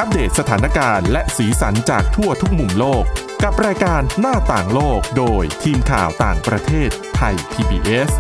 อัปเดตสถานการณ์และสีสันจากทั่วทุกมุมโลกกับรายการหน้าต่างโลกโดยทีมข่าวต่างประเทศไทย PBS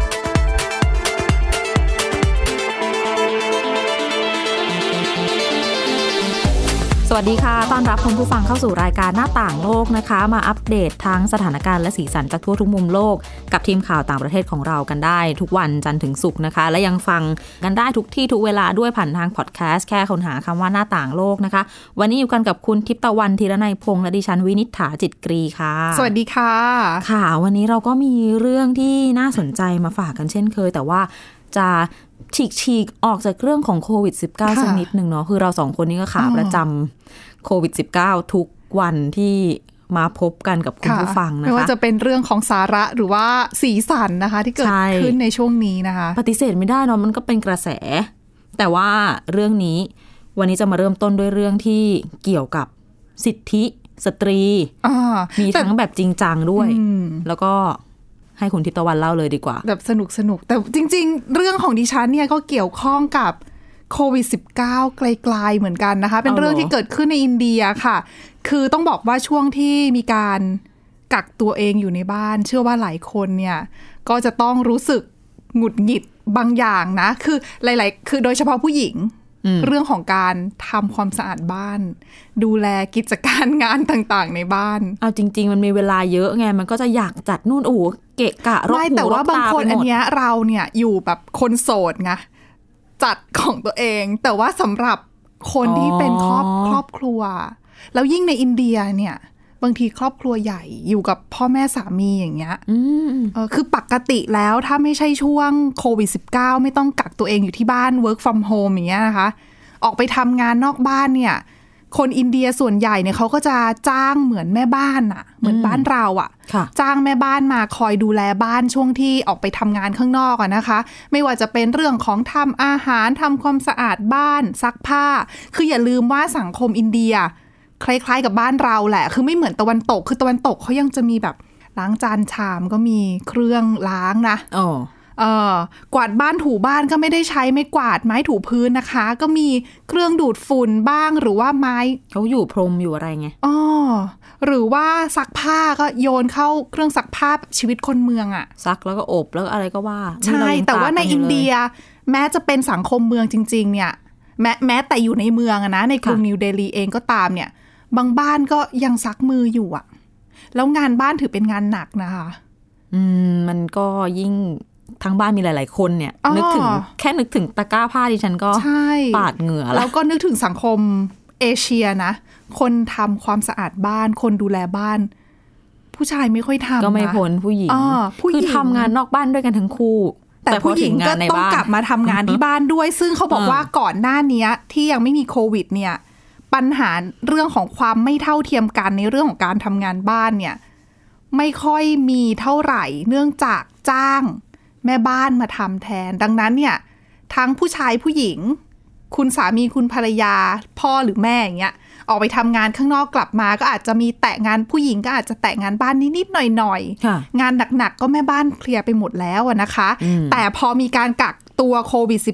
สวัสดีค่ะต้อนรับคุณผู้ฟังเข้าสู่รายการหน้าต่างโลกนะคะมาอัปเดตทั้งสถานการณ์และสีสันจากทั่วทุกมุมโลกกับทีมข่าวต่างประเทศของเรากันได้ทุกวันจันทร์ถึงศุกร์นะคะและยังฟังกันได้ทุกที่ทุกเวลาด้วยผ่านทางพอดแคสต์แค่ค้นหาคำว่าหน้าต่างโลกนะคะวันนี้อยู่กันกับคุณทิพย์ตะวันธีรนัยพงษ์และดิฉันวินิษฐาจิตกรีค่ะสวัสดีค่ะค่ะวันนี้เราก็มีเรื่องที่น่าสนใจมาฝากกันเช่นเคยแต่ว่าจะฉีกออกจากเรื่องของโควิด -19 สักนิดนึงเนาะคือเราสองคนนี้ก็ขาประจำโควิด -19 ทุกวันที่มาพบกันกับคุณผู้ฟังนะคะไม่ว่าจะเป็นเรื่องของสาระหรือว่าสีสันนะคะที่เกิดขึ้นในช่วงนี้นะคะปฏิเสธไม่ได้เนาะมันก็เป็นกระแสแต่ว่าเรื่องนี้วันนี้จะมาเริ่มต้นด้วยเรื่องที่เกี่ยวกับสิทธิสตรีมีทั้งแบบจริงจังด้วยแล้วก็ให้คุณทิพย์ตะวันเล่าเลยดีกว่าแบบสนุกแต่จริงๆเรื่องของดิฉันเนี่ยก็เกี่ยวข้องกับโควิด -19 ไกลๆเหมือนกันนะคะเป็นเรื่องที่เกิดขึ้นในอินเดียค่ะคือต้องบอกว่าช่วงที่มีการกักตัวเองอยู่ในบ้านเชื่อว่าหลายคนเนี่ยก็จะต้องรู้สึกหงุดหงิดบางอย่างนะคือหลายๆคือโดยเฉพาะผู้หญิงเรื่องของการทำความสะอาดบ้านดูแลกิจการงานต่างๆในบ้านเอาจริงๆมันมีเวลาเยอะไงมันก็จะอยากจัดนู่นเกะกะรกหูรกตาไม่แต่ว่าบางคนอันเนี้ยเราเนี่ยอยู่แบบคนโสดไงจัดของตัวเองแต่ว่าสำหรับคนที่เป็นครอบครัวแล้วยิ่งในอินเดียเนี่ยบางทีครอบครัวใหญ่อยู่กับพ่อแม่สามีอย่างเงี้ยคือปกติแล้วถ้าไม่ใช่ช่วงโควิด -19 ไม่ต้องกักตัวเองอยู่ที่บ้าน work from home อย่างเงี้ยนะคะออกไปทำงานนอกบ้านเนี่ยคนอินเดียส่วนใหญ่เนี่ยเขาก็จะจ้างเหมือนแม่บ้านอะเหมือนบ้านเราอะจ้างแม่บ้านมาคอยดูแลบ้านช่วงที่ออกไปทำงานข้างนอกอะนะคะไม่ว่าจะเป็นเรื่องของทำอาหารทำความสะอาดบ้านซักผ้าคืออย่าลืมว่าสังคมอินเดียคล้ายๆกับบ้านเราแหละคือไม่เหมือนตะวันตกคือตะวันตกเขายังจะมีแบบล้างจานชามก็มีเครื่องล้างนะกวาดบ้านถูบ้านก็ไม่ได้ใช้ไม้กวาดไม้ถูพื้นนะคะก็มีเครื่องดูดฝุ่นบ้างหรือว่าไม้เขาอยู่พรมอยู่อะไรไงหรือว่าซักผ้าก็โยนเข้าเครื่องซักผ้าชีวิตคนเมืองอะซักแล้วก็อบแล้วอะไรก็ว่าใช่แต่ว่าในอินเดียแม้จะเป็นสังคมเมืองจริงๆเนี่ยแม้แต่อยู่ในเมืองนะในกรุงนิวเดลีเองก็ตามเนี่ยบางบ้านก็ยังซักมืออยู่อะแล้วงานบ้านถือเป็นงานหนักนะคะมันก็ยิ่งทั้งบ้านมีหลายๆคนเนี่ยนึกถึงตะกร้าผ้าดิฉันก็ปาดเหงื่อแล้วก็นึกถึงสังคมเอเชียนะคนทำความสะอาดบ้านคนดูแลบ้านผู้ชายไม่ค่อยทำก็ไม่พ้นผู้หญิงคือทำงานนอกบ้านด้วยกันทั้งคู่แต่ผู้หญิงก็ต้องกลับมาทำงานที่บ้านด้วยซึ่งเขาบอกว่าก่อนหน้านี้ที่ยังไม่มีโควิดเนี่ยปัญหาเรื่องของความไม่เท่าเทียมกันในเรื่องของการทำงานบ้านเนี่ยไม่ค่อยมีเท่าไหร่เนื่องจากจ้างแม่บ้านมาทำแทนดังนั้นเนี่ยทั้งผู้ชายผู้หญิงคุณสามีคุณภรรยาพ่อหรือแม่อย่างเงี้ยออกไปทำงานข้างนอกกลับมาก็อาจจะมีแตะงานผู้หญิงก็อาจจะแตะงานบ้านนิดๆหน่อยๆงานหนักๆก็แม่บ้านเคลียร์ไปหมดแล้วนะคะแต่พอมีการกักตัวโควิด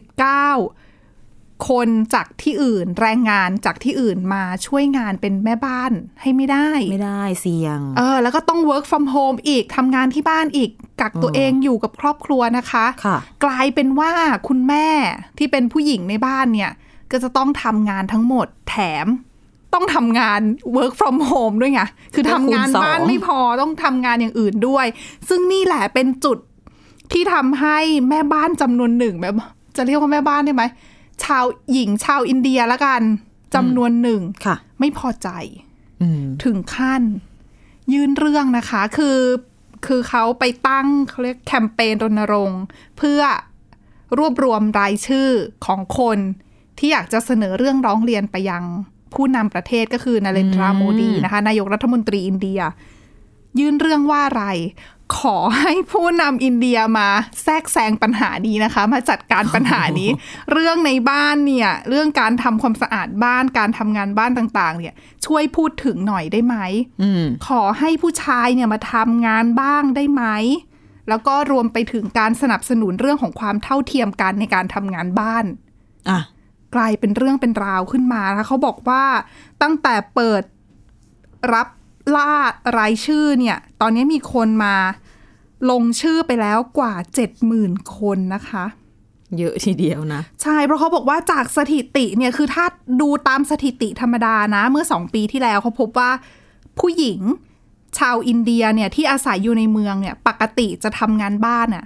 -19 คนจากที่อื่นแรงงานจากที่อื่นมาช่วยงานเป็นแม่บ้านให้ไม่ได้เสี่ยงแล้วก็ต้อง work from home อีกทำงานที่บ้านอีกกักตัวเองอยู่กับครอบครัวนะคะกลายเป็นว่าคุณแม่ที่เป็นผู้หญิงในบ้านเนี่ยก็จะต้องทำงานทั้งหมดแถมต้องทำงาน work from home ด้วยไงคือทำงานบ้านไม่พอต้องทำงานอย่างอื่นด้วยซึ่งนี่แหละเป็นจุดที่ทำให้แม่บ้านจำนวนหนึ่งแบบจะเรียกว่าแม่บ้านได้ไหมชาวหญิงชาวอินเดียละกันจำนวนหนึ่งไม่พอใจถึงขั้นยื่นเรื่องนะคะคือเขาไปตั้งเขาเรียกแคมเปญรณรงค์เพื่อรวบรวมรายชื่อของคนที่อยากจะเสนอเรื่องร้องเรียนไปยังผู้นำประเทศก็คือนาเรนทราโมดีนะคะนายกรัฐมนตรีอินเดียยื่นเรื่องว่าอะไร ขอให้ผู้นำอินเดียมาแทรกแซงปัญหานี้นะคะมาจัดการปัญหานี้ เรื่องในบ้านเนี่ยเรื่องการทำความสะอาดบ้านการทำงานบ้านต่างๆเนี่ยช่วยพูดถึงหน่อยได้ไหมขอให้ผู้ชายเนี่ยมาทำงานบ้างได้ไหมแล้วก็รวมไปถึงการสนับสนุนเรื่องของความเท่าเทียมกันในการทำงานบ้านกลายเป็นเรื่องเป็นราวขึ้นมานะคะเขาบอกว่าตั้งแต่เปิดรับล่ารายชื่อเนี่ยตอนนี้มีคนมาลงชื่อไปแล้วกว่า 70,000 คนนะคะเยอะทีเดียวนะใช่เพราะเขาบอกว่าจากสถิติเนี่ยคือถ้าดูตามสถิติธรรมดานะเมื่อ2ปีที่แล้วเขาพบว่าผู้หญิงชาวอินเดียเนี่ยที่อาศัยอยู่ในเมืองเนี่ยปกติจะทำงานบ้านน่ะ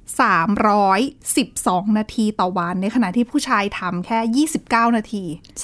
312 นาทีต่อวันในขณะที่ผู้ชายทำแค่29 นาที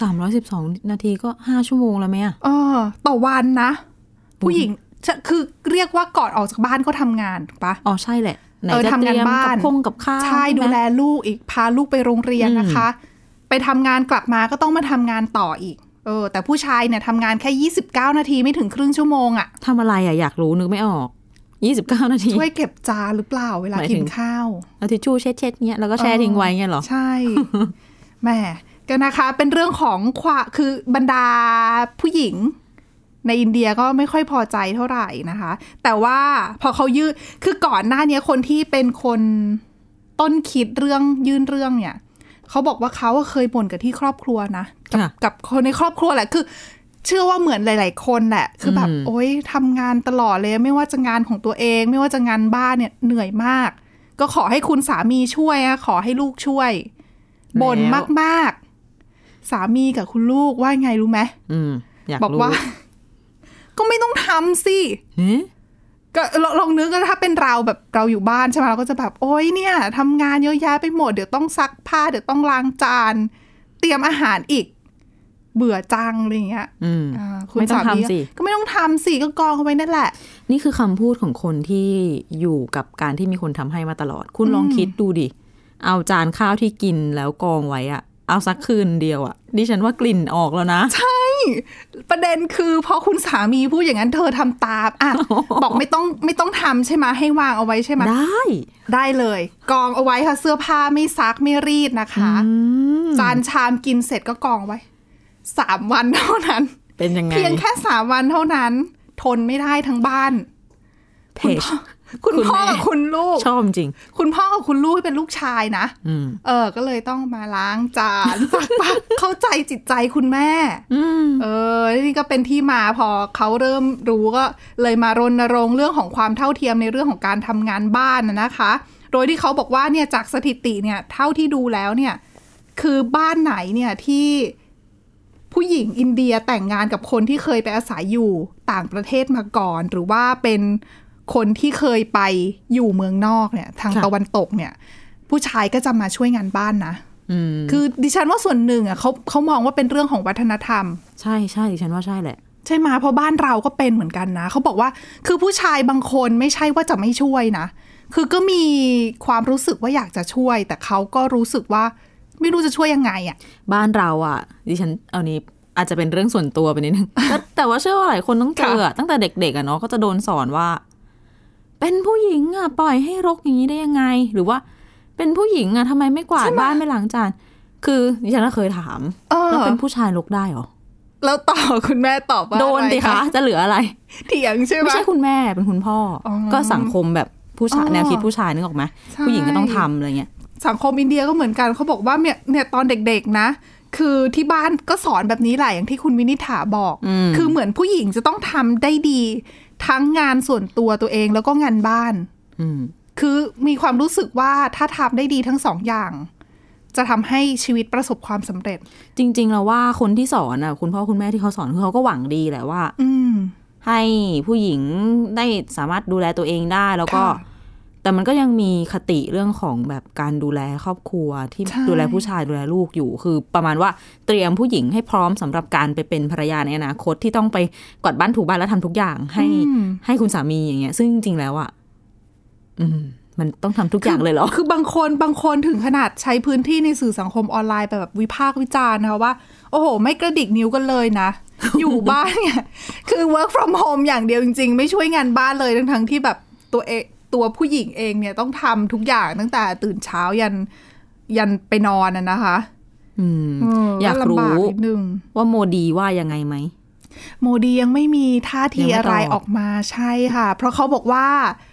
312 นาทีก็5 ชั่วโมงแล้วไหมต่อวันนะผู้หญิงคือเรียกว่าก่อนออกจากบ้านก็ทำงานถูกปะอ๋อใช่แหละไหนจะทำงานบ้านกับข้าวใช่ดูแลลูกอีกพาลูกไปโรงเรียนนะคะไปทำงานกลับมาก็ต้องมาทำงานต่ออีกแต่ผู้ชายเนี่ยทำงานแค่29 นาทีไม่ถึงครึ่งชั่วโมงอะทำอะไรอะอยากรู้นึกไม่ออก29 นาทีช่วยเก็บจานหรือเปล่าเวลากินข้าวเอาทิชชู่เช็ดๆเงี้ยแล้วก็แช่ทิ้งไว้เงี้ยหรอใช่ แม่ก็นะคะเป็นเรื่องของคือบรรดาผู้หญิงในอินเดียก็ไม่ค่อยพอใจเท่าไหร่นะคะแต่ว่าพอเขาคือก่อนหน้านี้คนที่เป็นคนต้นคิดเรื่องยื่นเรื่องเนี่ยเขาบอกว่าเขาเคยบ่นกับที่ครอบครัวนะกับคนในครอบครัวแหละคือเชื่อว่าเหมือนหลายๆคนแหละคือแบบโอ๊ยทำงานตลอดเลยไม่ว่าจะงานของตัวเองไม่ว่าจะงานบ้านเนี่ยเหนื่อยมากก็ขอให้คุณสามีช่วยขอให้ลูกช่วยบ่นมากๆสามีกับคุณลูกว่าไงรู้ไหมบอกว่าก็ไม่ต้องทำสิก็ลองนึกกันถ้าเป็นเราแบบเราอยู่บ้านใช่ไหมเราก็จะแบบโอ๊ยเนี่ยทำงานเยอะแยะไปหมดเดี๋ยวต้องซักผ้าเดี๋ยวต้องล้างจานเตรียมอาหารอีกเบื่อจังอะไรเงี้ยคุณสามีก็ไม่ต้องทำสิก็กองเข้าไปนั่นแหละนี่คือคำพูดของคนที่อยู่กับการที่มีคนทำให้มาตลอดคุณลองคิดดูดิเอาจานข้าวที่กินแล้วกองไว้อะเอาสักคืนเดียวอะดิฉันว่ากลิ่นออกแล้วนะใช่ประเด็นคือพอคุณสามีพูดอย่างนั้นเธอทำตามบอกไม่ต้องทำใช่ไหมให้วางเอาไว้ใช่ไหมได้เลยกองเอาไว้ค่ะเสื้อผ้าไม่ซักไม่รีดนะคะจานชามกินเสร็จก็กองไว้3 วันเท่านั้นเป็นยังไงเพียงแค่3 วันเท่านั้นทนไม่ได้ทั้งบ้านคุณพ่อกับคุณลูกชอบจริงคุณพ่อกับคุณลูกเป็นลูกชายนะก็เลยต้องมาล้างจานซักเข้าใจจิตใจคุณแม่นี่ก็เป็นที่มาพอเขาเริ่มรู้ก็เลยมารณรงค์เรื่องของความเท่าเทียมในเรื่องของการทำงานบ้านนะคะโดยที่เขาบอกว่าเนี่ยจากสถิติเนี่ยเท่าที่ดูแล้วเนี่ยคือบ้านไหนเนี่ยที่ผู้หญิงอินเดียแต่งงานกับคนที่เคยไปอาศัยอยู่ต่างประเทศมาก่อนหรือว่าเป็นคนที่เคยไปอยู่เมืองนอกเนี่ยทางตะวันตกเนี่ยผู้ชายก็จะมาช่วยงานบ้านนะคือดิฉันว่าส่วนหนึ่งเขามองว่าเป็นเรื่องของวัฒนธรรมใช่ใช่ดิฉันว่าใช่แหละใช่ไหมเพราะบ้านเราก็เป็นเหมือนกันนะเขาบอกว่าคือผู้ชายบางคนไม่ใช่ว่าจะไม่ช่วยนะคือก็มีความรู้สึกว่าอยากจะช่วยแต่เขาก็รู้สึกว่าไม่รู้จะช่วยยังไงบ้านเราดิฉันเอานี้อาจจะเป็นเรื่องส่วนตัวไปนิดนึง แต่ว่าเชื่อว่าหลายคนต้องเจอตั้งแต่เด็กๆเนาะก็จะโดนสอนว่าเป็นผู้หญิงปล่อยให้รกอย่างนี้ได้ยังไงหรือว่าเป็นผู้หญิงทำไมไม่กวาดบ้านไม่ล้างจานคือดิฉันก็เคยถามแล้วเป็นผู้ชายรกได้หรอแล้วต่อคุณแม่ตอบว่าโดนดิคะจะเหลืออะไรเถียงใช่ไหมไม่ใช่คุณแม่เป็นคุณพ่อก็สังคมแบบผู้ชายแนวคิดผู้ชายนึกออกไหมผู้หญิงก็ต้องทำอะไรเงี้ยสังคมอินเดียก็เหมือนกันเขาบอกว่าเนี่ยตอนเด็กๆนะคือที่บ้านก็สอนแบบนี้แหละอย่างที่คุณวินิฐาบอกคือเหมือนผู้หญิงจะต้องทำได้ดีทั้งงานส่วนตัวเองแล้วก็งานบ้านคือมีความรู้สึกว่าถ้าทำได้ดีทั้ง2 อย่างจะทำให้ชีวิตประสบความสำเร็จจริงๆแล้วว่าคนที่สอนคุณพ่อคุณแม่ที่เขาสอนคือเขาก็หวังดีแหละว่าให้ผู้หญิงได้สามารถดูแลตัวเองได้แล้วก็แต่มันก็ยังมีคติเรื่องของแบบการดูแลครอบครัวที่ดูแลผู้ชายดูแลลูกอยู่คือประมาณว่าเตรียมผู้หญิงให้พร้อมสำหรับการไปเป็นภรรยาในอนาคตที่ต้องไปกวาดบ้านถูบ้านแล้วทำทุกอย่างให้คุณสามีอย่างเงี้ยซึ่งจริงๆแล้วมันต้องทำทุกอย่างเลยเหรอคือบางคนถึงขนาดใช้พื้นที่ในสื่อสังคมออนไลน์แบบวิพากษ์วิจารณ์นะคะว่าโอ้โหไม่กระดิกนิ้วกันเลยนะ อยู่บ้านเนี่ยคือ work from home อย่างเดียวจริงๆไม่ช่วยงานบ้านเลยทั้งที่แบบตัวผู้หญิงเองเนี่ยต้องทำทุกอย่างตั้งแต่ตื่นเช้ายันไปนอนนะคะอยากรู้ว่าโมดีว่ายังไงไหมโมดียังไม่มีท่าทีอะไรออกมาใช่ค่ะเพราะเขาบอกว่า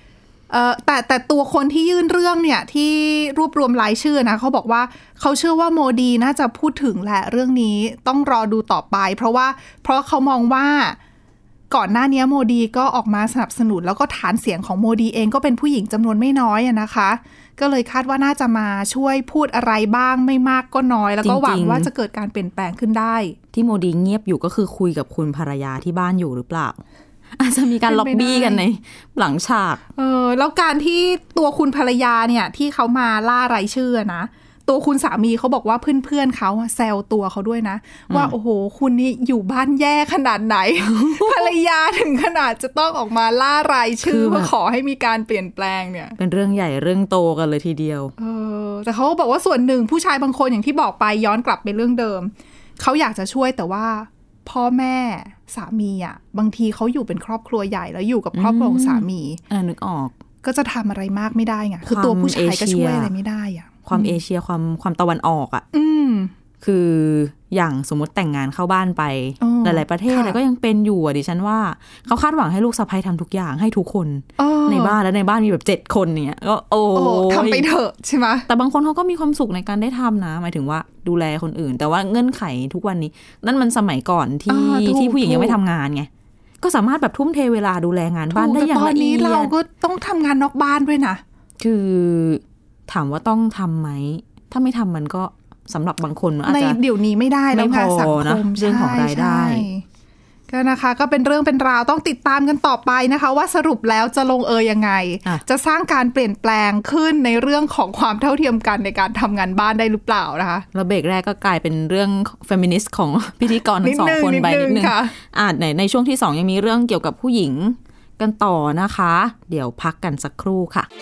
แต่ตัวคนที่ยื่นเรื่องเนี่ยที่รวบรวมรายชื่อนะเขาบอกว่าเขาเชื่อว่าโมดีน่าจะพูดถึงแหละเรื่องนี้ต้องรอดูต่อไปเพราะเขามองว่าก่อนหน้านี้โมดีก็ออกมาสนับสนุนแล้วก็ฐานเสียงของโมดีเองก็เป็นผู้หญิงจำนวนไม่น้อยนะคะก็เลยคาดว่าน่าจะมาช่วยพูดอะไรบ้างไม่มากก็น้อยแล้วก็หวังว่าจะเกิดการเปลี่ยนแปลงขึ้นได้ที่โมดีเงียบอยู่ก็คือคุยกับคุณภรรยาที่บ้านอยู่หรือเปล่าอาจจะมีการล็อบบี้กันในหลังฉากแล้วการที่ตัวคุณภรรยาเนี่ยที่เขามาล่ารายชื่อนะตัวคุณสามีเขาบอกว่าเพื่อนๆเขาแซวตัวเขาด้วยนะว่าโอ้โหคุณนี่อยู่บ้านแย่ขนาดไหน ภรรยาถึงขนาดจะต้องออกมาล่ารายชื่อเพื่อขอให้มีการเปลี่ยนแปลงเนี่ยเป็นเรื่องใหญ่เรื่องโตกันเลยทีเดียวแต่เขาบอกว่าส่วนหนึ่งผู้ชายบางคนอย่างที่บอกไปย้อนกลับไปเรื่องเดิมเขาอยากจะช่วยแต่ว่าพ่อแม่สามีอ่ะบางทีเขาอยู่เป็นครอบครัวใหญ่แล้วอยู่กับครอบครัวของสามีนึกออกก็จะทำอะไรมากไม่ได้ไงคือตัวผู้ชายก็ช่วยอะไรไม่ได้อ่ะความเอเชียความตะวันออกอ่ะคืออย่างสมมติแต่งงานเข้าบ้านไปหลายๆประเทศแต่ก็ยังเป็นอยู่ดิฉันว่าเขาคาดหวังให้ลูกสะใภ้ทำทุกอย่างให้ทุกคนในบ้านแล้วในบ้านมีแบบ7 คนเนี่ยก็ทำไปเถอะใช่ไหมแต่บางคนเขาก็มีความสุขในการได้ทำนะหมายถึงว่าดูแลคนอื่นแต่ว่าเงื่อนไขทุกวันนี้นั่นมันสมัยก่อนที่ผู้หญิงยังไม่ทำงานไงก็สามารถแบบทุ่มเทเวลาดูแลงานบ้านได้อย่างละเอียดตอนนี้เราก็ต้องทำงานนอกบ้านด้วยนะคือถามว่าต้องทำไหมถ้าไม่ทำมันก็สำหรับบางคนอาจจะในเดี๋ยวนี้ไม่ได้แล้วงานสังคมเรื่องของรายได้ก็นะคะก็เป็นเรื่องเป็นราวต้องติดตามกันต่อไปนะคะว่าสรุปแล้วจะลงยังไงจะสร้างการเปลี่ยนแปลงขึ้นในเรื่องของความเท่าเทียมกันในการทำงานบ้านได้หรือเปล่านะคะแล้วเบรกแรกก็กลายเป็นเรื่องเฟมินิสต์ของพิธีกรทั้ง2 คนไปนิดนึงในช่วงที่2ยังมีเรื่องเกี่ยวกับผู้หญิงกันต่อนะคะเดี๋ยวพักกันสักครู่ค่ะ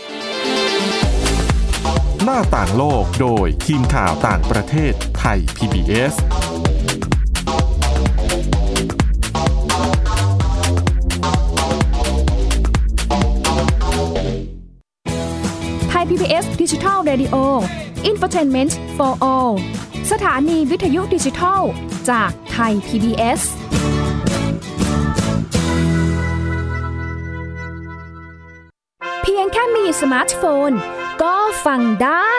หน้าต่างโลกโดยทีมข่าวต่างประเทศไทย PBS ไทย PBS Digital Radio Infotainment for All สถานีวิทยุดิจิทัลจากไทย PBSเพียงแค่มีสมาร์ทโฟนก็ฟังได้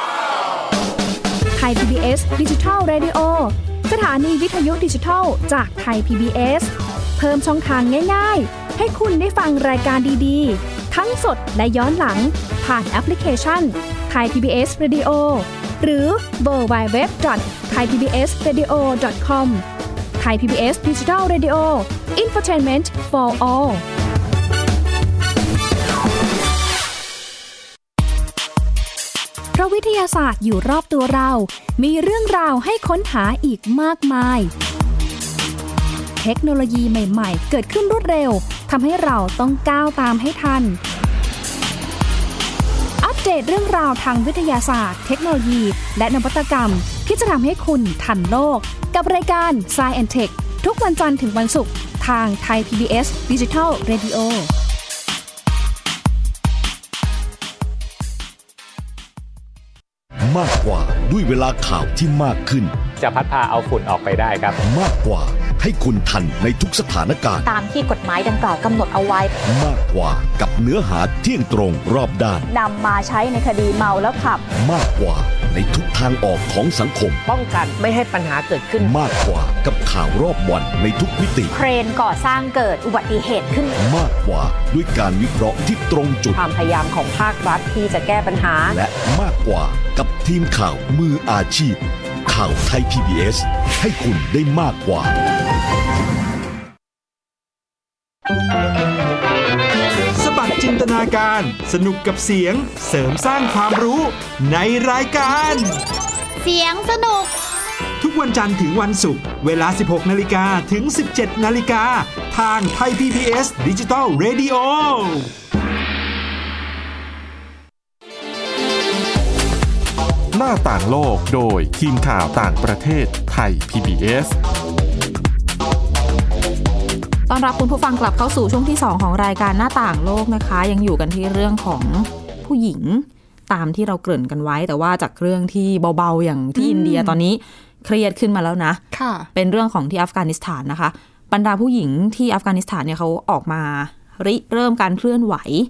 ไทย PBS Digital Radio สถานีวิทยุดิจิทัลจากไทย PBS เพิ่มช่องทางง่ายๆให้คุณได้ฟังรายการดีๆทั้งสดและย้อนหลังผ่านแอปพลิเคชัน Thai PBS Radio หรือ www.thaipbsradio.com Thai PBS Digital Radio Infotainment for Allเพราะวิทยาศาสตร์อยู่รอบตัวเรามีเรื่องราวให้ค้นหาอีกมากมายเทคโนโลยีใหม่ๆเกิดขึ้นรวดเร็วทำให้เราต้องก้าวตามให้ทันอัปเดตเรื่องราวทางวิทยาศาสตร์เทคโนโลยีและนวัตกรรมที่จะทำให้คุณทันโลกกับรายการ Science and Tech ทุกวันจันทร์ถึงวันศุกร์ทาง Thai PBS Digital Radio มากกว่าด้วยเวลาข่าวที่มากขึ้นจะพัดพาเอาฝุ่นออกไปได้ครับมากกว่าให้คุณทันในทุกสถานการณ์ตามที่กฎหมายดังกล่าวกำหนดเอาไว้มากกว่ากับเนื้อหาเที่ยงตรงรอบด้านนำมาใช้ในคดีเมาแล้วขับมากกว่าในทุกทางออกของสังคมป้องกันไม่ให้ปัญหาเกิดขึ้นมากกว่ากับข่าวรอบวันในทุกมิติเครนก่อสร้างเกิดอุบัติเหตุขึ้นมากกว่าด้วยการวิเคราะห์ที่ตรงจุดความพยายามของภาครัฐที่จะแก้ปัญหาและมากกว่ากับทีมข่าวมืออาชีพข่าวไทย PBS ให้คุณได้มากกว่าสบัดจินตนาการสนุกกับเสียงเสริมสร้างความรู้ในรายการเสียงสนุกทุกวันจันทร์ถึงวันศุกร์เวลา 16:00 นถึง 17:00 นทางไทย PBS Digital Radio หน้าต่างโลกโดยทีมข่าวต่างประเทศไทย PBS ต้อนรับคุณผู้ฟังกลับเข้าสู่ช่วงที่2ของรายการหน้าต่างโลกนะคะยังอยู่กันที่เรื่องของผู้หญิงตามที่เราเกริ่นกันไว้แต่ว่าจากเรื่องที่เบาๆอย่างที่อินเดียตอนนี้เครียดขึ้นมาแล้วนะเป็นเรื่องของที่อัฟกานิสถานนะคะบรรดาผู้หญิงที่อัฟกานิสถานเนี่ยเขาออกมาเริ่มการเคลื่อนไหว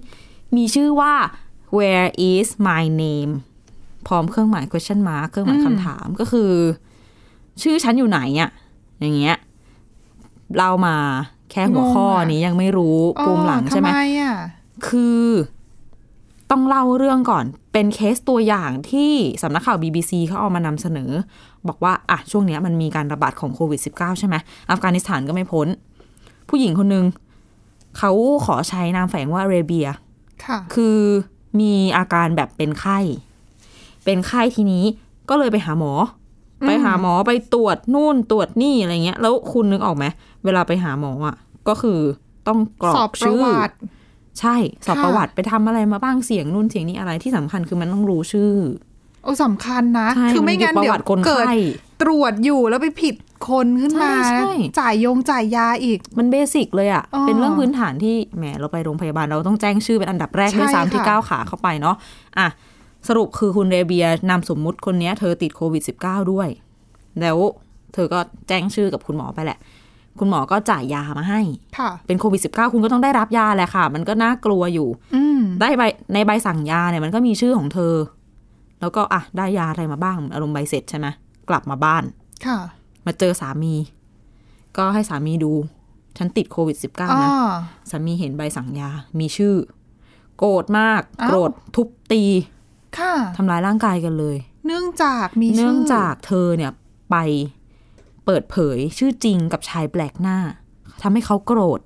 มีชื่อว่า Where is my name พร้อมเครื่องหมาย question mark เครื่องหมายคำถามก็คือชื่อฉันอยู่ไหนอะอย่างเงี้ยเรามาแค่หัวข้อนี้ยังไม่รู้ปูมหลังใช่ไหมคือต้องเล่าเรื่องก่อนเป็นเคสตัวอย่างที่สำนักข่าว BBC เขาเอามานำเสนอบอกว่าอ่ะช่วงนี้มันมีการระบาดของโควิด -19 ใช่ไหมอัฟกานิสถานก็ไม่พ้นผู้หญิงคนนึงเขาขอใช้นามแฝงว่าเรเบียคือมีอาการแบบเป็นไข้ทีนี้ก็เลยไปหาหมอไปตรวจนู่นตรวจนี่อะไรเงี้ยแล้วคุณนึกออกไหมเวลาไปหาหมออ่ะก็คือต้องกรอกชื่อใช่สอบประวัติไปทำอะไรมาบ้างเสียงนู่นเสียงนี้อะไรที่สำคัญคือมันต้องรู้ชื่อสำคัญนะคือไม่งั้นเดี๋ยวเกิดตรวจอยู่แล้วไปผิดคนขึ้นมาจ่ายยาอีกมันเบสิกเลยอ่ะเป็นเรื่องพื้นฐานที่แหมเราไปโรงพยาบาลเราต้องแจ้งชื่อเป็นอันดับแรกด้วยซ้ำที่ก้าวขาเข้าไปเนาะอ่ะสรุปคือคุณเรเบียนามสมมุติคนนี้เธอติดโควิด -19 ด้วยแล้วเธอก็แจ้งชื่อกับคุณหมอไปแหละคุณหมอก็จ่ายยามาให้เป็นโควิด -19 คุณก็ต้องได้รับยาแหละค่ะมันก็น่ากลัวอยู่ได้ในใบสั่งยาเนี่ยมันก็มีชื่อของเธอแล้วก็อ่ะได้ยาอะไรมาบ้างอารมณ์ใบเสร็จใช่ไหมกลับมาบ้านมาเจอสามีก็ให้สามีดูฉันติดโควิด -19 นะสามีเห็นใบสั่งยามีชื่อโกรธมากโกรธทุบตีทำร้ายร่างกายกันเลยเนื่องจากเธอเนี่ยไปเปิดเผยชื่อจริงกับชายแปลกหน้าทำให้เขาโกรธ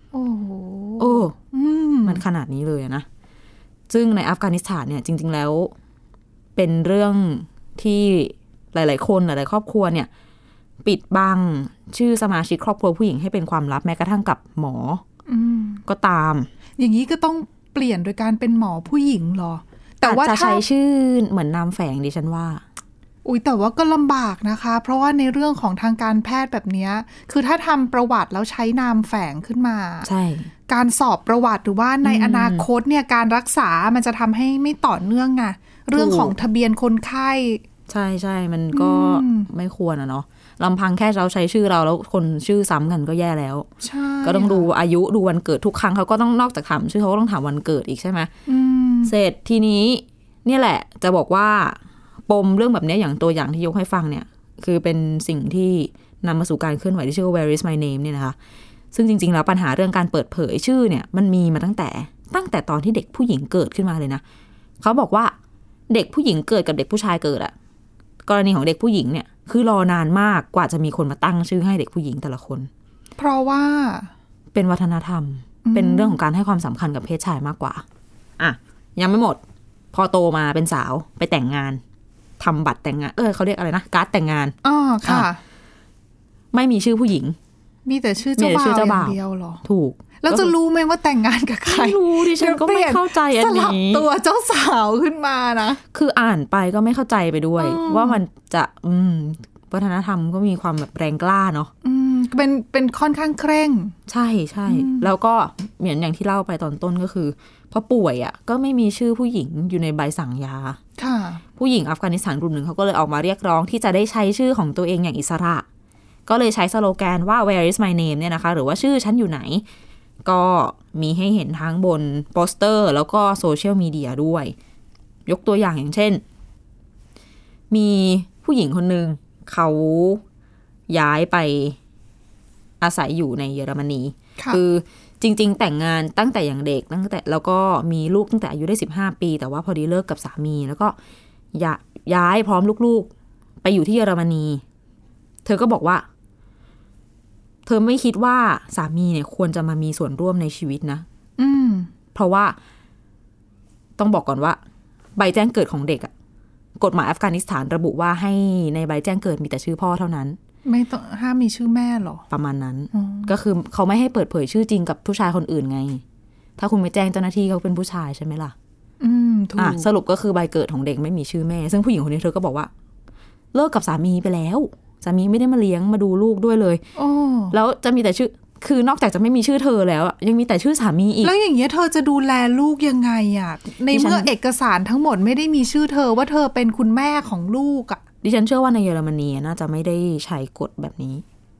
มันขนาดนี้เลยนะซึ่งในอัฟกานิสถานเนี่ยจริงๆแล้วเป็นเรื่องที่หลายๆคนหลายๆครอบครัวเนี่ยปิดบังชื่อสมาชิกครอบครัวผู้หญิงให้เป็นความลับแม้กระทั่งกับหมอก็ตามอย่างนี้ก็ต้องเปลี่ยนโดยการเป็นหมอผู้หญิงหรอแต่ว่าจะใช้ชื่อเหมือนนามแฝงดิฉันว่าแต่ว่าก็ลำบากนะคะเพราะว่าในเรื่องของทางการแพทย์แบบนี้คือถ้าทำประวัติแล้วใช้นามแฝงขึ้นมาใช่การสอบประวัติหรือว่าในอนาคตเนี่ยการรักษามันจะทำให้ไม่ต่อเนื่องไงเรื่องของทะเบียนคนไข้ใช่มันก็ไม่ควรเนาะลำพังแค่เราใช้ชื่อเราแล้วคนชื่อซ้ำกันก็แย่แล้วก็ต้องดูอายุดูวันเกิดทุกครั้งเขาก็ต้องนอกจากถามชื่อเขาก็ต้องถามวันเกิดอีกใช่ไหมเสร็จทีนี้เนี่ยแหละจะบอกว่าปมเรื่องแบบนี้อย่างตัวอย่างที่ยกให้ฟังเนี่ยคือเป็นสิ่งที่นำมาสู่การเคลื่อนไหวที่ชื่อว่า Where is my name เนี่ยนะคะซึ่งจริงๆแล้วปัญหาเรื่องการเปิดเผยชื่อเนี่ยมันมีมาตั้งแต่ตอนที่เด็กผู้หญิงเกิดขึ้นมาเลยนะเขาบอกว่าเด็กผู้หญิงเกิดกับเด็กผู้ชายเกิดอะกรณีของเด็กผู้หญิงเนี่ยคือรอนานมากกว่าจะมีคนมาตั้งชื่อให้เด็กผู้หญิงแต่ละคนเพราะว่าเป็นวัฒนธรรมเป็นเรื่องของการให้ความสำคัญกับเพศชายมากกว่าอ่ะยังไม่หมดพอโตมาเป็นสาวไปแต่งงานทำบัตรแต่งงานเขาเรียกอะไรนะการ์ดแต่งงานค่ะไม่มีชื่อผู้หญิงมีแต่ชื่อเจ้าบ่าวอย่างเดียวหรอถูกแล้วจะรู้ไหมว่าแต่งงานกับใครไม่รู้ดิฉันก็ไม่เข้าใจอันนี้สลับตัวเจ้าสาวขึ้นมานะคืออ่านไปก็ไม่เข้าใจไปด้วยว่ามันจะวัฒนธรรมก็มีความแบบแรงกล้าเนาะเป็นค่อนข้างเคร่งใช่แล้วก็เหมือนอย่างที่เล่าไปตอนต้นก็คือพอป่วยอ่ะก็ไม่มีชื่อผู้หญิงอยู่ในใบสั่งยาผู้หญิงอัฟกานิสถานกลุ่มหนึ่งเขาก็เลยออกมาเรียกร้องที่จะได้ใช้ชื่อของตัวเองอย่างอิสระก็เลยใช้สโลแกนว่า Where is my name เนี่ยนะคะหรือว่าชื่อฉันอยู่ไหนก็มีให้เห็นทั้งบนโปสเตอร์แล้วก็โซเชียลมีเดียด้วยยกตัวอย่างเช่นมีผู้หญิงคนนึงเขาย้ายไปอาศัยอยู่ในเยอรมนีคือจริงๆแต่งงานตั้งแต่อย่างเด็กแล้วก็มีลูกตั้งแต่อายุได้15ปีแต่ว่าพอดีเลิกกับสามีแล้วก็ย้ายพร้อมลูกๆไปอยู่ที่เยอรมนีเธอก็บอกว่าเธอไม่คิดว่าสามีเนี่ยควรจะมามีส่วนร่วมในชีวิตนะเพราะว่าต้องบอกก่อนว่าใบแจ้งเกิดของเด็กอะกฎหมายอัฟกานิสถานระบุว่าให้ในใบแจ้งเกิดมีแต่ชื่อพ่อเท่านั้นไม่ต้องห้ามมีชื่อแม่หรอประมาณนั้นก็คือเขาไม่ให้เปิดเผยชื่อจริงกับผู้ชายคนอื่นไงถ้าคุณไม่แจ้งเจ้าหน้าที่เขาเป็นผู้ชายใช่ไหมล่ะถูกสรุปก็คือใบเกิดของเด็กไม่มีชื่อแม่ซึ่งผู้หญิงคนนี้เธอก็บอกว่าเลิกกับสามีไปแล้วสามีไม่ได้มาเลี้ยงมาดูลูกด้วยเลยแล้วจะมีแต่ชื่อคือนอกจากจะไม่มีชื่อเธอแล้วยังมีแต่ชื่อสามีอีกแล้วอย่างเงี้ยเธอจะดูแลลูกยังไงอ่ะในเมื่อเอกสารทั้งหมดไม่ได้มีชื่อเธอว่าเธอเป็นคุณแม่ของลูกอ่ะดิฉันเชื่อว่าในเยอรมนีน่าจะไม่ได้ใช้กฎแบบนี้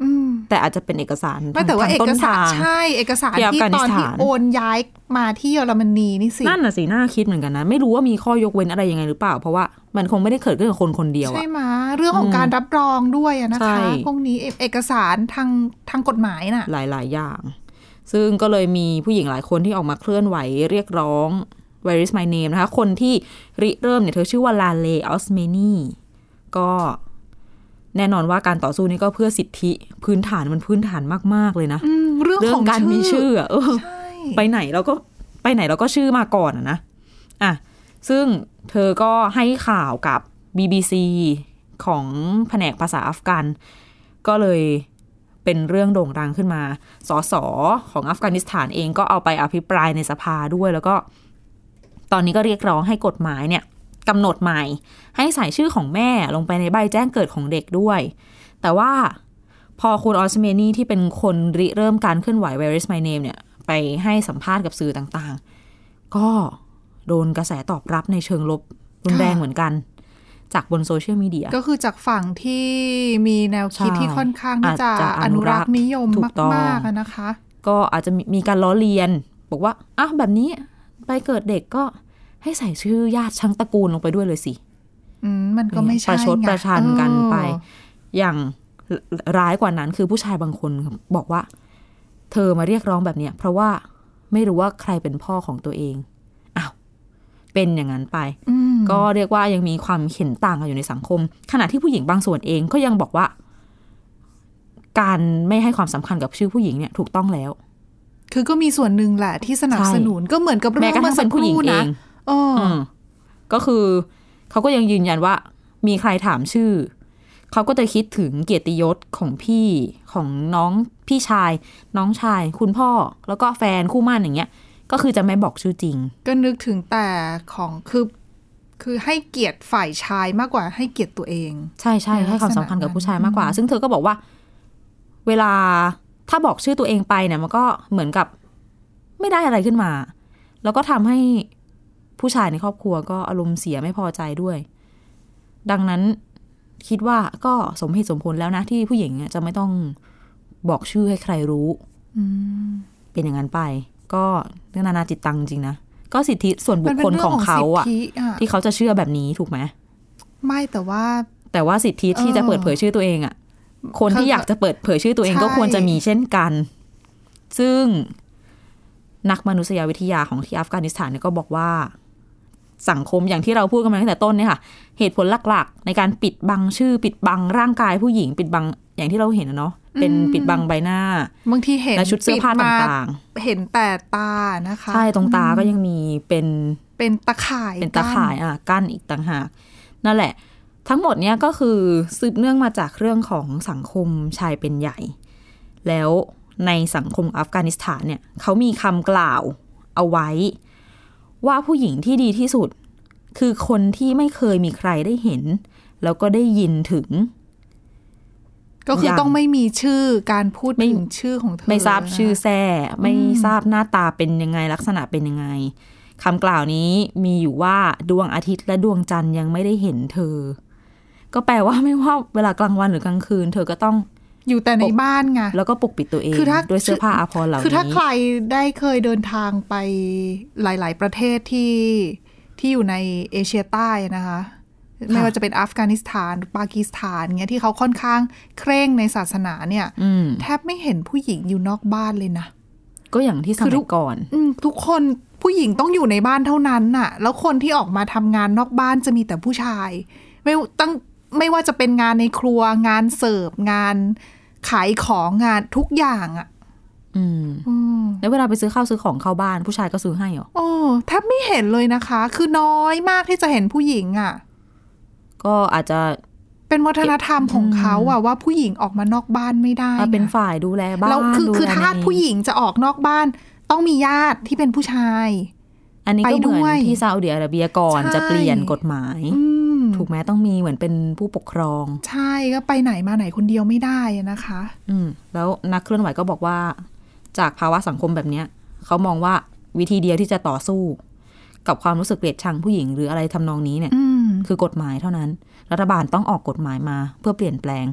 แต่อาจจะเป็นเอกสารไม่แต่ว่าเอกสารใช่เอกสารที่ตอนที่โอนย้ายมาที่เยอรมนีนี่สินั่นน่ะสิน่าคิดเหมือนกันนะไม่รู้ว่ามีข้อยกเว้นอะไรยังไงหรือเปล่าเพราะว่ามันคงไม่ได้เกิดขึ้นกับคนคนเดียวใช่ไหมเรื่องของการรับรองด้วยนะคะพวกนี้เอกสารทางกฎหมายน่ะหลายอย่างซึ่งก็เลยมีผู้หญิงหลายคนที่ออกมาเคลื่อนไหวเรียกร้อง Where is my name นะคะคนที่ริเริ่มเนี่ยเธอชื่อว่าลาเลออสเมนีก็แน่นอนว่าการต่อสู้นี่ก็เพื่อสิทธิพื้นฐานมันพื้นฐานมากๆเลยนะเรื่องของการมีชื่อไปไหนเราก็ชื่อมาก่อนนะซึ่งเธอก็ให้ข่าวกับ BBC ของแผนกภาษาอัฟกันก็เลยเป็นเรื่องโด่งดังขึ้นมาสสของอัฟกานิสถานเองก็เอาไปอภิปรายในสภาด้วยแล้วก็ตอนนี้ก็เรียกร้องให้กฎหมายเนี่ยกำหนดใหม่ให้ใส่ชื่อของแม่ลงไปในใบแจ้งเกิดของเด็กด้วยแต่ว่าพอคุณออสเมนีที่เป็นคนริเริ่มการเคลื่อนไหว Where is my name เนี่ยไปให้สัมภาษณ์กับสื่อต่างๆก็โดนกระแสตอบรับในเชิงลบรุนแรงเหมือนกันจากบนโซเชียลมีเดียก็คือจากฝั่งที่มีแนวคิดที่ค่อนข้างที่จะอนุรักษ์นิยมมากๆนะคะก็อาจจะมีการล้อเลียนบอกว่าแบบนี้ไปเกิดเด็กก็ให้ใส่ชื่อญาติชั้นตระกูลลงไปด้วยเลยสิมันก็ไม่ใช่ประชดประชันกันไปอย่างร้ายกว่านั้นคือผู้ชายบางคนบอกว่าเธอมาเรียกร้องแบบนี้เพราะว่าไม่รู้ว่าใครเป็นพ่อของตัวเองเป็นอย่างนั้นไปก็เรียกว่ายังมีความเห็นต่างกันอยู่ในสังคมขณะที่ผู้หญิงบางส่วนเองก็ยังบอกว่าการไม่ให้ความสำคัญกับชื่อผู้หญิงเนี่ยถูกต้องแล้วคือก็มีส่วนหนึ่งแหละที่สนับสนุนก็เหมือนกับเรื่องเมื่อสักครู่นะก็คือเขาก็ยังยืนยันว่ามีใครถามชื่อเขาก็จะคิดถึงเกียรติยศของพี่ของน้องพี่ชายน้องชายคุณพ่อแล้วก็แฟนคู่หมั่นอย่างเงี้ยก็คือจะไม่บอกชื่อจริงก็นึกถึงแต่ของคือให้เกียรติฝ่ายชายมากกว่าให้เกียรติตัวเองใช่ให้ความสำคัญกับผู้ชายมากกว่าซึ่งเธอก็บอกว่าเวลาถ้าบอกชื่อตัวเองไปเนี่ยมันก็เหมือนกับไม่ได้อะไรขึ้นมาแล้วก็ทำให้ผู้ชายในครอบครัวก็อารมณ์เสียไม่พอใจด้วยดังนั้นคิดว่าก็สมเหตุสมผลแล้วนะที่ผู้หญิงจะไม่ต้องบอกชื่อให้ใครรู้เป็นอย่างนั้นไปก็เรื่องนานาจิตตังจริงนะก็สิทธิส่วนบุคคลของเขาอ่ะที่เขาจะเชื่อแบบนี้ถูกไหมไม่แต่ว่าสิทธิที่จะเปิดเผยชื่อตัวเองอ่ะคนที่อยากจะเปิดเผยชื่อตัวเองก็ควรจะมีเช่นกันซึ่งนักมนุษยวิทยาของที่อัฟกานิสถานเนี่ยก็บอกว่าสังคมอย่างที่เราพูดกันมาตั้งแต่ต้นเนี่ยค่ะเหตุผลหลักๆในการปิดบังชื่อปิดบังร่างกายผู้หญิงปิดบังอย่างที่เราเห็นนะเนาะเป็นปิดบังใบหน้าบางทีเห็นและชุดเสื้อผ้าต่างๆเห็นแต่ตานะคะใช่ตรงตาก็ยังมีเป็นตะข่ายกั้นอีกต่างหากนั่นแหละทั้งหมดเนี้ยก็คือสืบเนื่องมาจากเรื่องของสังคมชายเป็นใหญ่แล้วในสังคมอัฟกานิสถานเนี่ยเขามีคำกล่าวเอาไว้ว่าผู้หญิงที่ดีที่สุดคือคนที่ไม่เคยมีใครได้เห็นแล้วก็ได้ยินถึงก็คือต้องไม่มีชื่อการพูดถึงชื่อของเธอไม่ทราบชื่อแท้ไม่ทราบหน้าตาเป็นยังไงลักษณะเป็นยังไงคำกล่าวนี้มีอยู่ว่าดวงอาทิตย์และดวงจันทร์ยังไม่ได้เห็นเธอก็แปลว่าไม่ว่าเวลากลางวันหรือกลางคืนเธอก็ต้องอยู่แต่ในบ้านไงแล้วก็ปกปิดตัวเองด้วยเสื้อผ้าอาภรณ์เหล่านี้คือถ้าใครได้เคยเดินทางไปหลายๆประเทศที่อยู่ในเอเชียใต้นะคะไม่ว่าจะเป็นอัฟกานิสถานปากีสถานเงี้ยที่เขาค่อนข้างเคร่งในศาสนาเนี่ยแทบไม่เห็นผู้หญิงอยู่นอกบ้านเลยนะก็อย่างที่สมัยก่อนทุกคนผู้หญิงต้องอยู่ในบ้านเท่านั้นน่ะแล้วคนที่ออกมาทำงานนอกบ้านจะมีแต่ผู้ชายไม่ว่าจะเป็นงานในครัวงานเสิร์ฟงานขายของงานทุกอย่างอ่ะแล้วเวลาไปซื้อข้าวซื้อของเข้าบ้านผู้ชายก็ซื้อให้เหรอแทบไม่เห็นเลยนะคะคือน้อยมากที่จะเห็นผู้หญิงอ่ะก็อาจจะเป็นวัฒนธรรมของเขาอะว่าผู้หญิงออกมานอกบ้านไม่ได้เป็นฝ่ายดูแลบ้านแล้วคือถ้าผู้หญิงจะออกนอกบ้านต้องมีญาติที่เป็นผู้ชายอันนี้ก็เหมือนที่ซาอุดิอาระเบียก่อนจะเปลี่ยนกฎหมายถูกไหมต้องมีเหมือนเป็นผู้ปกครองใช่ก็ไปไหนมาไหนคนเดียวไม่ได้นะคะแล้วนักเคลื่อนไหวก็บอกว่าจากภาวะสังคมแบบนี้เขามองว่าวิธีเดียวที่จะต่อสู้กับความรู้สึกเกลียดชังผู้หญิงหรืออะไรทำนองนี้เนี่ยคือกฎหมายเท่านั้นรัฐบาลต้องออกกฎหมายมาเพื่อเปลี่ยนแปลง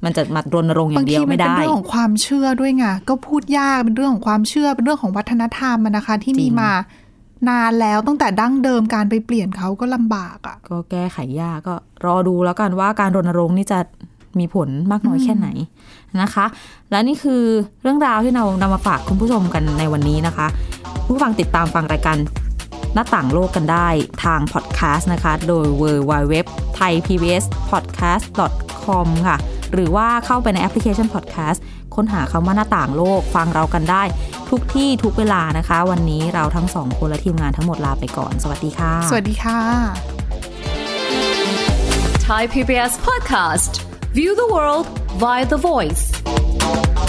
มันจะมารณรงค์อย่างเดียวไม่ได้บางทีมันเป็นเรื่องของความเชื่อด้วยไงก็พูดยากเป็นเรื่องของความเชื่อเป็นเรื่องของวัฒนธรรมนะคะที่มีมานานแล้วตั้งแต่ดั้งเดิมการไปเปลี่ยนเขาก็ลำบากอ่ะก็แก้ไขยากก็รอดูแล้วกันว่าการรณรงค์นี่จะมีผลมากน้อยแค่ไหนนะคะและนี่คือเรื่องราวที่เรานำมาฝากคุณผู้ชมกันในวันนี้นะคะผู้ฟังติดตามฟังรายการหน้าต่างโลกกันได้ทางพอดแคสต์นะคะโดย www.thaipbspodcast.com ค่ะหรือว่าเข้าไปในแอปพลิเคชันพอดแคสต์ค้นหาคำว่าหน้าต่างโลกฟังเรากันได้ทุกที่ทุกเวลานะคะวันนี้เราทั้งสองคนและทีมงานทั้งหมดลาไปก่อนสวัสดีค่ะสวัสดีค่ะ Thai PBS Podcast View the world via the voice